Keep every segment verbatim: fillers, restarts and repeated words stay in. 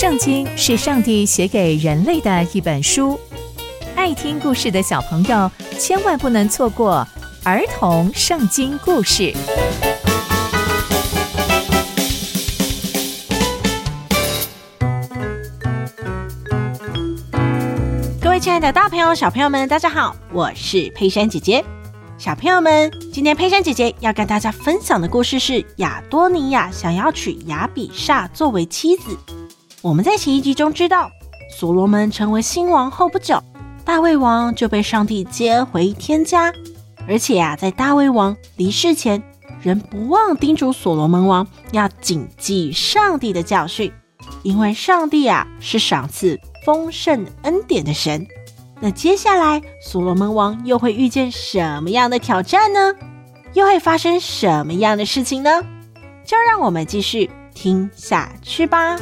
圣经是上帝写给人类的一本书，爱听故事的小朋友千万不能错过儿童圣经故事。 各位亲爱的大朋友小朋友们，大家好，我是佩珊姐姐。小朋友们，今天佩珊姐姐要跟大家分享的故事是亚多尼亚想要娶亚比煞作为妻子。我们在前一集中知道，所罗门成为新王后不久，大卫王就被上帝接回天家，而且啊，在大卫王离世前，仍不忘叮嘱所罗门王要谨记上帝的教训，因为上帝啊是赏赐丰盛恩典的神。那接下来所罗门王又会遇见什么样的挑战呢？又会发生什么样的事情呢？就让我们继续听下去吧。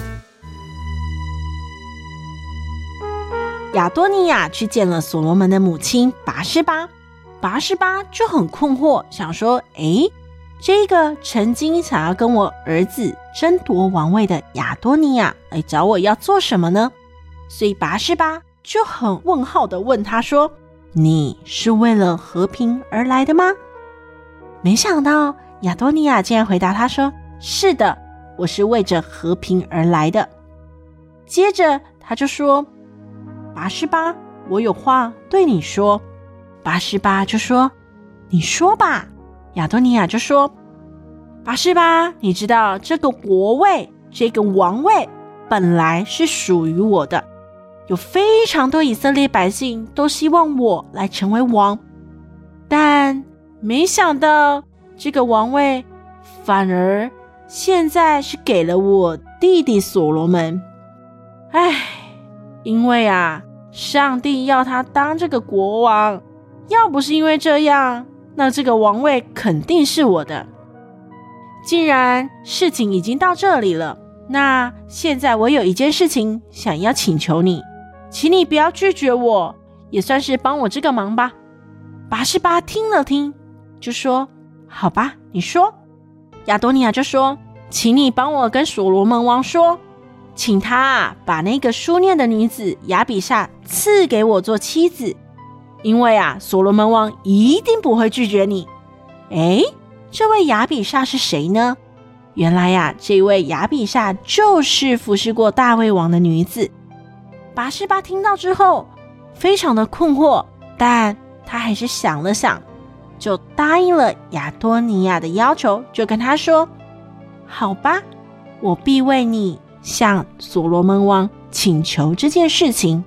亚多尼亚去见了所罗门的母亲拔示巴，拔示巴就很困惑，想说诶，这个曾经想要跟我儿子争夺王位的亚多尼亚来找我要做什么呢？所以拔示巴就很问号的问他说，你是为了和平而来的吗？没想到亚多尼亚竟然回答他说，是的，我是为着和平而来的。接着他就说，拔示巴，我有话对你说。拔示巴就说，你说吧。亚多尼亚就说，拔示巴，你知道这个国位，这个王位本来是属于我的，有非常多以色列百姓都希望我来成为王，但没想到这个王位反而现在是给了我弟弟所罗门。唉，因为啊，上帝要他当这个国王，要不是因为这样，那这个王位肯定是我的。既然事情已经到这里了，那现在我有一件事情想要请求你，请你不要拒绝我，也算是帮我这个忙吧。拔示巴听了听，就说，好吧，你说。亚多尼亚就说，请你帮我跟所罗门王说，请他啊把那个书念的女子亚比煞赐给我做妻子，因为啊所罗门王一定不会拒绝你。诶，这位亚比煞是谁呢？原来呀、啊，这位亚比煞就是服侍过大卫王的女子。拔示巴听到之后非常的困惑，但他还是想了想，就答应了亚多尼亚的要求，就跟他说，好吧，我必为你向所罗门王请求这件事情。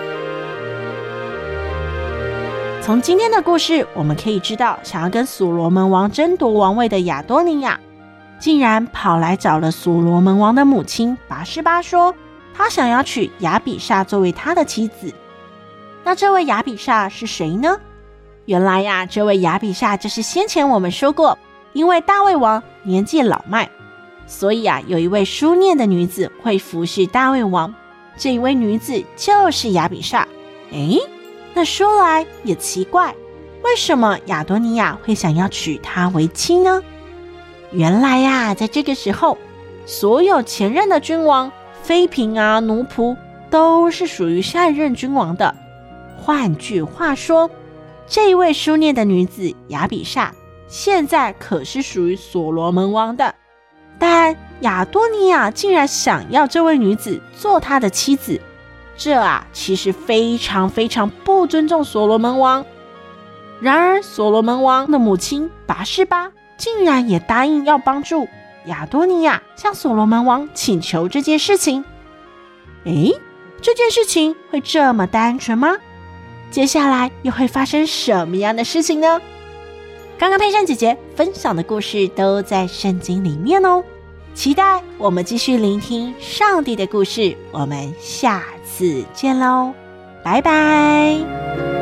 从今天的故事我们可以知道，想要跟所罗门王争夺王位的亚多尼亚竟然跑来找了所罗门王的母亲拔示巴，说他想要娶亚比煞作为他的妻子。那这位亚比煞是谁呢？原来呀、啊，这位亚比煞就是先前我们说过，因为大卫王年纪老迈，所以啊，有一位书念的女子会服侍大卫王，这一位女子就是亚比煞。诶，那说来也奇怪，为什么亚多尼亚会想要娶她为妻呢？原来呀、啊，在这个时候，所有前任的君王、妃嫔啊、奴仆都是属于下一任君王的。换句话说，这一位书念的女子亚比煞现在可是属于所罗门王的，但亚多尼亚竟然想要这位女子做他的妻子，这啊其实非常非常不尊重所罗门王。然而所罗门王的母亲拔示巴竟然也答应要帮助亚多尼亚向所罗门王请求这件事情。诶，这件事情会这么单纯吗？接下来又会发生什么样的事情呢？刚刚佩珊姐姐分享的故事都在圣经里面哦，期待我们继续聆听上帝的故事，我们下次见喽，拜拜。